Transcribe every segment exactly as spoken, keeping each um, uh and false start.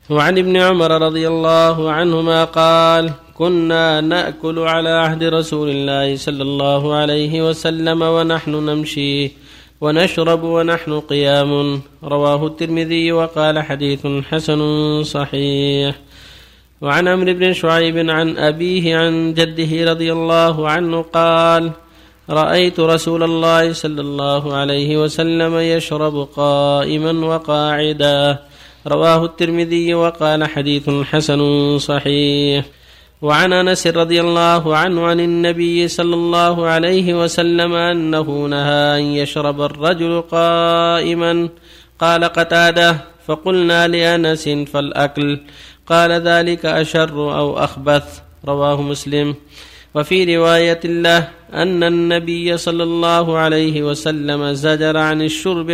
وعن ابن عمر رضي الله عنهما قال: كنا نأكل على عهد رسول الله صلى الله عليه وسلم ونحن نمشي، ونشرب ونحن قيام. رواه الترمذي وقال: حديث حسن صحيح. وعن عمرو بن شعيب عن أبيه عن جده رضي الله عنه قال: رأيت رسول الله صلى الله عليه وسلم يشرب قائما وقاعدا. رواه الترمذي وقال: حديث حسن صحيح. وعن أنس رضي الله عنه عن النبي صلى الله عليه وسلم أنه نهى أن يشرب الرجل قائما. قال قتادة: فقلنا لأنس: فالأكل؟ قال: ذلك أشر أو أخبث. رواه مسلم. وفي رواية له أن النبي صلى الله عليه وسلم زجر عن الشرب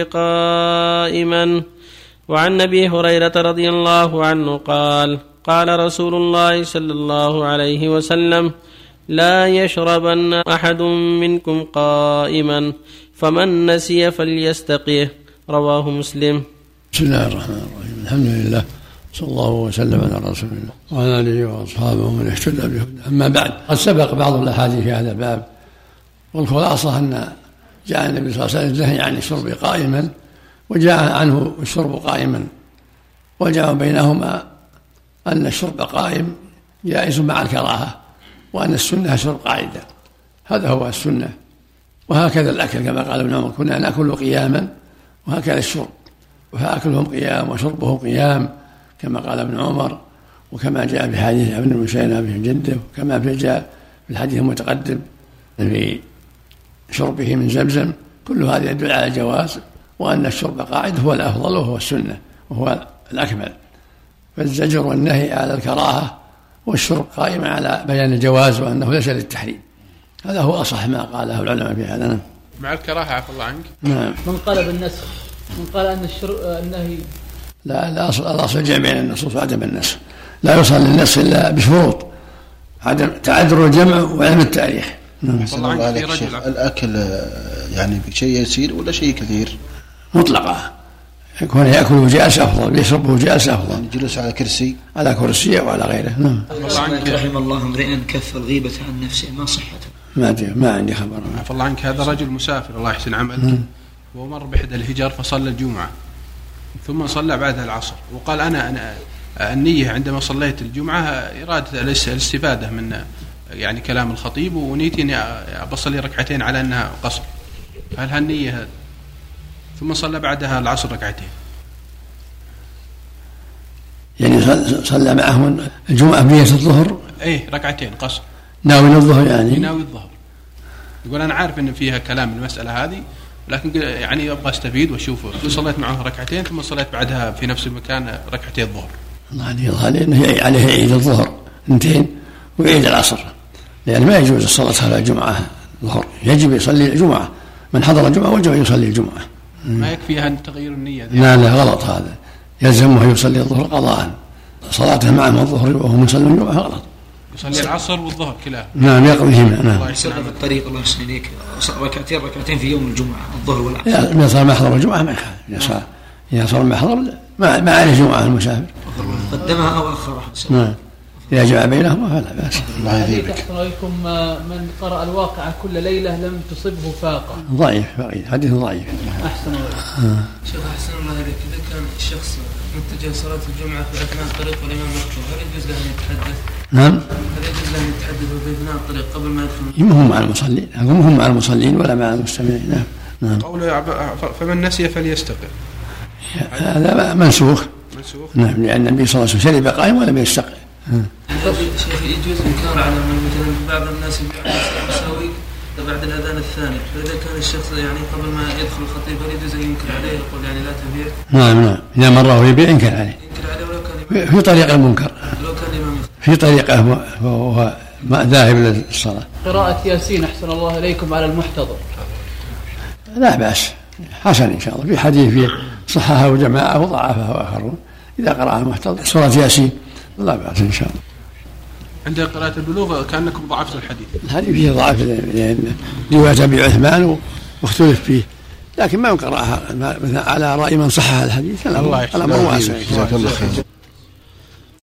قائما. وعن أبي هريرة رضي الله عنه قال: قال رسول الله صلى الله عليه وسلم: لا يشربن أحد منكم قائما، فمن نسي فليستقيه. رواه مسلم. بسم الله الرحمن الرحيم. الحمد لله، صلى الله وسلم على رسول الله وعلى آله وأصحابه ومن اهتدى بهداه. أما بعد، قد سبق بعض الأحاديث في هذا الباب، والخلاصة أن جاء النبي صلى الله عليه وسلم النهي عن الشرب قائما، وجاء عنه الشرب قائما، وجاء بينهما أن الشرب قائم جائز مع الكراهة، وأن السنة شرب قاعدة. هذا هو السنة. وهكذا الأكل كما قال ابن عمر: كنا نأكل قياما، وهكذا الشرب، فأكلهم قيام وشربه قيام كما قال ابن عمر، وكما جاء في حديث ابن مشينة في جده، وكما جاء في الحديث المتقدم في شربه من زمزم. كل هذا يدل على الجواز، وأن الشرب قاعد هو الأفضل وهو السنة وهو الأكمل. فالزجر والنهي على الكراهة، والشرب قائم على بيان الجواز وأنه ليس للتحريم. هذا هو أصح ما قاله العلماء في هذا. مع الكراهة عفى الله عنك. نعم. من قال بالنسخ، من قال أن الشرب النهي لا لا أصل الأصل جمع بين النصوص وعدم النسخ. لا يوصل للنسخ إلا بشروط: عدم تعذر الجمع وعلم التاريخ. أحسن الله عليك شيخ. الأكل يعني بشيء يسير ولا شيء كثير؟ مطلقة. يكون يأكل جالس أفضل، يشربه جالس أفضل. يعني جلوس على كرسي على كرسي أو على غيره. نعم. رحم الله امرئ كف الغيبة عن نفسه، ما صحته؟ ما ما عندي خبر. عفى الله عنك. هذا رجل مسافر الله يحسن عمله، ومر بإحدى الهجر فصلى الجمعة، ثم صلى بعدها العصر، وقال أنا, أنا النية عندما صليت الجمعة إرادة الاستفادة من يعني كلام الخطيب، ونيتي أني بصلي ركعتين على أنها قصر. هل هالنية هذا؟ ثم صلى بعدها العصر ركعتين. يعني صلى معهم الجمعة بنية الظهر؟ ايه ركعتين قصر. ناوي الظهر يعني؟ ناوي الظهر. يقول أنا عارف أن فيها كلام المسألة هذه، لكن يعني أبغى أستفيد وأشوفه. صليت معه ركعتين، ثم صليت بعدها في نفس المكان ركعتين الظهر. الله يظهر أنه عليه عيد الظهر اثنتين وعيد العصر، لأن ما يجوز الصلاة على الجمعة الظهر، يجب يصلي الجمعة. من حضر الجمعة وجب يصلي الجمعة. ما يكفيها أن تغيير النية. لا لا غلط، هذا يلزمه يصلي الظهر قضاء. صلاته معه الظهر وهو مصلي الجمعة غلط. يصلي العصر والظهر كلاه. نعم يقضيهما. نعم. الله يسلم في الطريق. الله يحسن إليك. ركعتين ركعتين في يوم الجمعة الظهر والعصر. إذا صار ما حضر الجمعة ما يخالف. إذا صار ما حضر ما ما عليه جمعة المسافر. قدمها أو أخرها. نعم. إذا جمع بينهما فلا بأس. الله يهديك. أحسن عليكم. من قرأ الواقعة كل ليلة لم تصبه فاقة. ضعيف حديث ضعيف. أحسن الله. شيخ أحسن الله عليك، إذا كان الشخص متجه صلاة الجمعة في أثناء الطريق والإمام مكتوب، هل يجوز له أن يتحدث؟ نعم. هل يجوز له أن يتحدث في أثناء الطريق قبل ما يدخل؟ هم مع المصلين، هم مع المصلين ولا مع المستمعين. نعم. نعم. قوله فمن نسي فليستقر، هذا منسوخ. منسوخ. نعم، لأن النبي صلى الله عليه وسلم شرب قائم ولم يستقر. شيخ يجوز إنكار على من مثلا بعض الناس يساوي بعد الأذان الثاني، فإذا كان الشخص يعني قبل ما يدخل الخطيب هل يجوز أن ينكر عليه يقول يعني لا تبيع؟ نعم نعم، إذا مره يبيع ينكر عليه. ينكر عليه ولو كان في طريق المنكر. لو كان إمام في طريقه وهو ذاهب للصلاة. قراءة ياسين أحسن الله إليكم على المحتضر. لا بأس، حسن إن شاء الله. في حديث فيه صححه جماعة وضعفه آخرون. إذا قرأ المحتضر سورة ياسين لا بأس إن شاء الله. عند قراءة البلوغ كأنكم ضعفتوا الحديث. الحديث فيه ضعف لأن رواية أبي عثمان واختلف فيه، لكن ما يقرأها على رأي من صحح الحديث. الله الأمر واسع.